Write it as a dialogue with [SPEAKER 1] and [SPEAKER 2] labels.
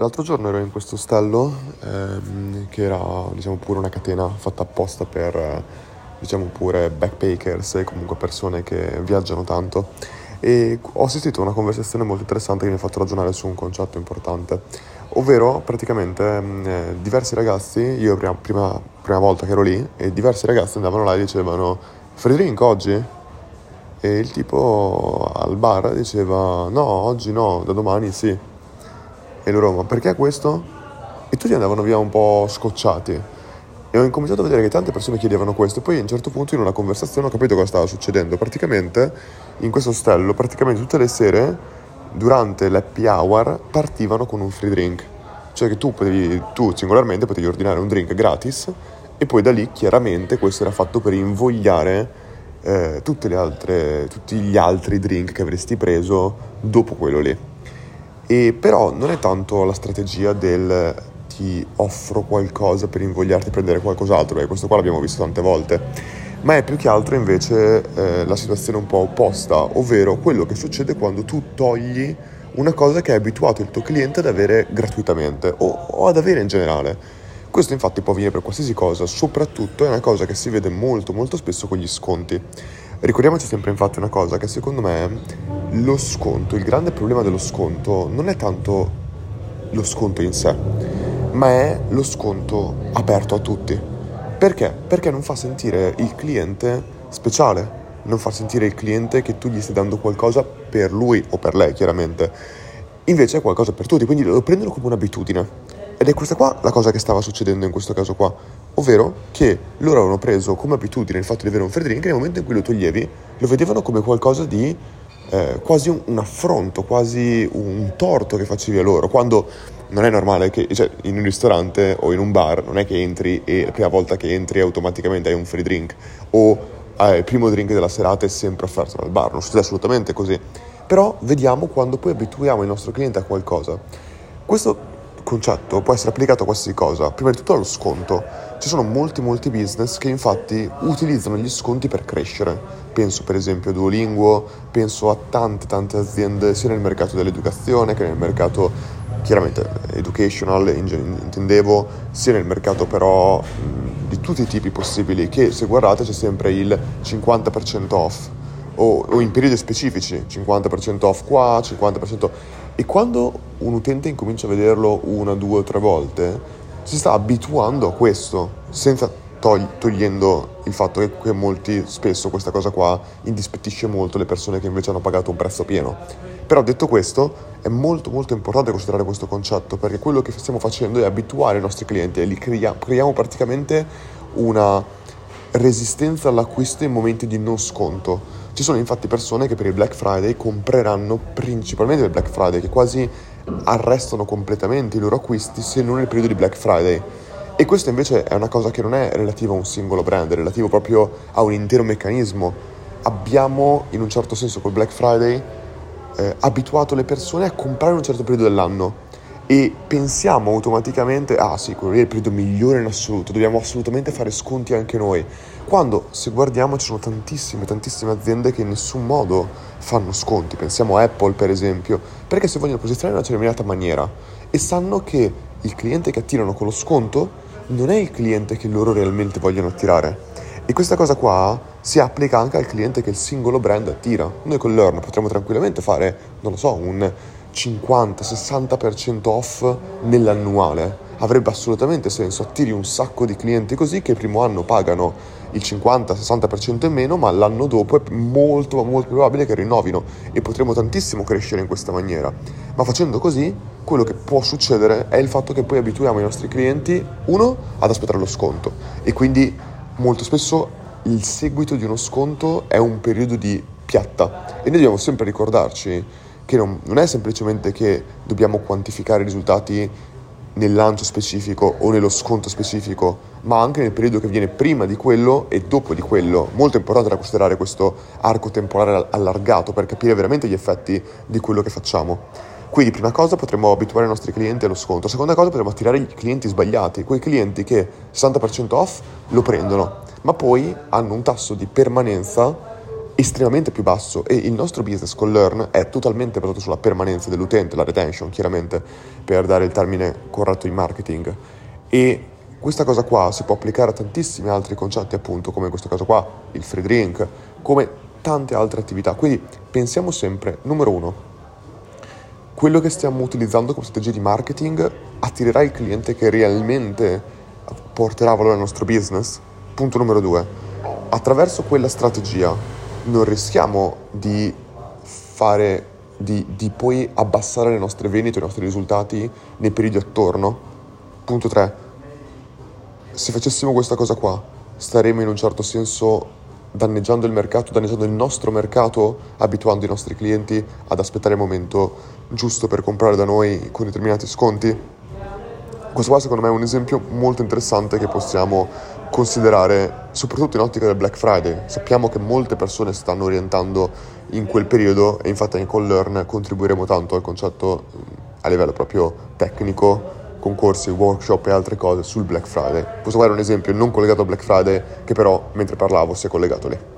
[SPEAKER 1] L'altro giorno ero in questo ostello che era, diciamo, pure una catena fatta apposta per, diciamo, pure backpackers e comunque persone che viaggiano tanto, e ho assistito a una conversazione molto interessante che mi ha fatto ragionare su un concetto importante, ovvero praticamente diversi ragazzi, io prima volta che ero lì, e diversi ragazzi andavano là e dicevano: "Free drink oggi?" E il tipo al bar diceva: "No, oggi no, da domani sì." E loro: "Ma perché questo?" E tutti andavano via un po' scocciati. E ho incominciato a vedere che tante persone chiedevano questo. E poi a un certo punto, in una conversazione, ho capito cosa stava succedendo. Praticamente in questo ostello, praticamente tutte le sere, durante l'happy hour, partivano con un free drink. Cioè che tu singolarmente potevi ordinare un drink gratis, e poi da lì chiaramente questo era fatto per invogliare tutti gli altri drink che avresti preso dopo quello lì. E però non è tanto la strategia del "ti offro qualcosa per invogliarti a prendere qualcos'altro", perché questo qua l'abbiamo visto tante volte, ma è più che altro invece la situazione un po' opposta, ovvero quello che succede quando tu togli una cosa che è abituato il tuo cliente ad avere gratuitamente o ad avere in generale. Questo infatti può avvenire per qualsiasi cosa, soprattutto è una cosa che si vede molto molto spesso con gli sconti. Ricordiamoci sempre infatti una cosa, che secondo me lo sconto, il grande problema dello sconto non è tanto lo sconto in sé, ma è lo sconto aperto a tutti. Perché? Perché non fa sentire il cliente speciale, non fa sentire il cliente che tu gli stai dando qualcosa per lui o per lei, chiaramente. Invece è qualcosa per tutti, quindi lo prendono come un'abitudine. Ed è questa qua la cosa che stava succedendo in questo caso qua, ovvero che loro avevano preso come abitudine il fatto di avere un free drink, e nel momento in cui lo toglievi lo vedevano come qualcosa di quasi un affronto, quasi un torto che facevi a loro, quando non è normale che, cioè, in un ristorante o in un bar non è che entri e la prima volta che entri automaticamente hai un free drink, o il primo drink della serata è sempre offerto dal bar, non succede assolutamente così. Però vediamo quando poi abituiamo il nostro cliente a qualcosa. Questo concetto può essere applicato a qualsiasi cosa, prima di tutto allo sconto. Ci sono molti business che infatti utilizzano gli sconti per crescere. Penso per esempio a Duolingo, penso a tante aziende sia nel mercato dell'educazione che nel mercato chiaramente educational, intendevo, sia nel mercato però di tutti i tipi possibili, che se guardate c'è sempre il 50% off, o in periodi specifici, 50% off qua, 50%. E quando un utente incomincia a vederlo una, due o tre volte, si sta abituando a questo, senza togliendo il fatto che molti spesso questa cosa qua indispettisce molto le persone che invece hanno pagato un prezzo pieno. Però detto questo, è molto importante considerare questo concetto, perché quello che stiamo facendo è abituare i nostri clienti, e creiamo praticamente una resistenza all'acquisto in momenti di non sconto. Ci sono infatti persone che per il Black Friday compreranno principalmente il Black Friday, che quasi arrestano completamente i loro acquisti se non nel periodo di Black Friday. E questo invece è una cosa che non è relativa a un singolo brand, è relativo proprio a un intero meccanismo. Abbiamo in un certo senso col Black Friday abituato le persone a comprare in un certo periodo dell'anno, e pensiamo automaticamente: ah sì, quello lì è il periodo migliore in assoluto, dobbiamo assolutamente fare sconti anche noi, quando se guardiamo ci sono tantissime aziende che in nessun modo fanno sconti. Pensiamo a Apple per esempio, perché si vogliono posizionare in una determinata maniera e sanno che il cliente che attirano con lo sconto non è il cliente che loro realmente vogliono attirare. E questa cosa qua si applica anche al cliente che il singolo brand attira. Noi con Learn potremmo tranquillamente fare, non lo so, un 50-60% off nell'annuale. Avrebbe assolutamente senso, attiri un sacco di clienti così che il primo anno pagano il 50-60% in meno, ma l'anno dopo è molto probabile che rinnovino, e potremo tantissimo crescere in questa maniera. Ma facendo così, quello che può succedere è il fatto che poi abituiamo i nostri clienti, uno, ad aspettare lo sconto, e quindi molto spesso il seguito di uno sconto è un periodo di piatta, e noi dobbiamo sempre ricordarci che non è semplicemente che dobbiamo quantificare i risultati nel lancio specifico o nello sconto specifico, ma anche nel periodo che viene prima di quello e dopo di quello. Molto importante da considerare questo arco temporale allargato per capire veramente gli effetti di quello che facciamo. Quindi prima cosa potremmo abituare i nostri clienti allo sconto, seconda cosa potremmo attirare i clienti sbagliati, quei clienti che 60% off lo prendono, ma poi hanno un tasso di permanenza estremamente più basso, e il nostro business con Learn è totalmente basato sulla permanenza dell'utente, la retention, chiaramente, per dare il termine corretto in marketing. E questa cosa qua si può applicare a tantissimi altri concetti, appunto, come in questo caso qua, il free drink, come tante altre attività. Quindi pensiamo sempre, numero uno, quello che stiamo utilizzando come strategia di marketing attirerà il cliente che realmente porterà valore al nostro business? Punto numero due, attraverso quella strategia non rischiamo di di poi abbassare le nostre vendite, i nostri risultati nei periodi attorno? Punto 3, se facessimo questa cosa qua, staremo in un certo senso danneggiando il mercato, danneggiando il nostro mercato, abituando i nostri clienti ad aspettare il momento giusto per comprare da noi con determinati sconti? Questo qua secondo me è un esempio molto interessante che possiamo considerare soprattutto in ottica del Black Friday. Sappiamo che molte persone si stanno orientando in quel periodo e infatti anche con Learn contribuiremo tanto al concetto a livello proprio tecnico, concorsi, workshop e altre cose sul Black Friday. Questo qua era un esempio non collegato al Black Friday che però mentre parlavo si è collegato lì.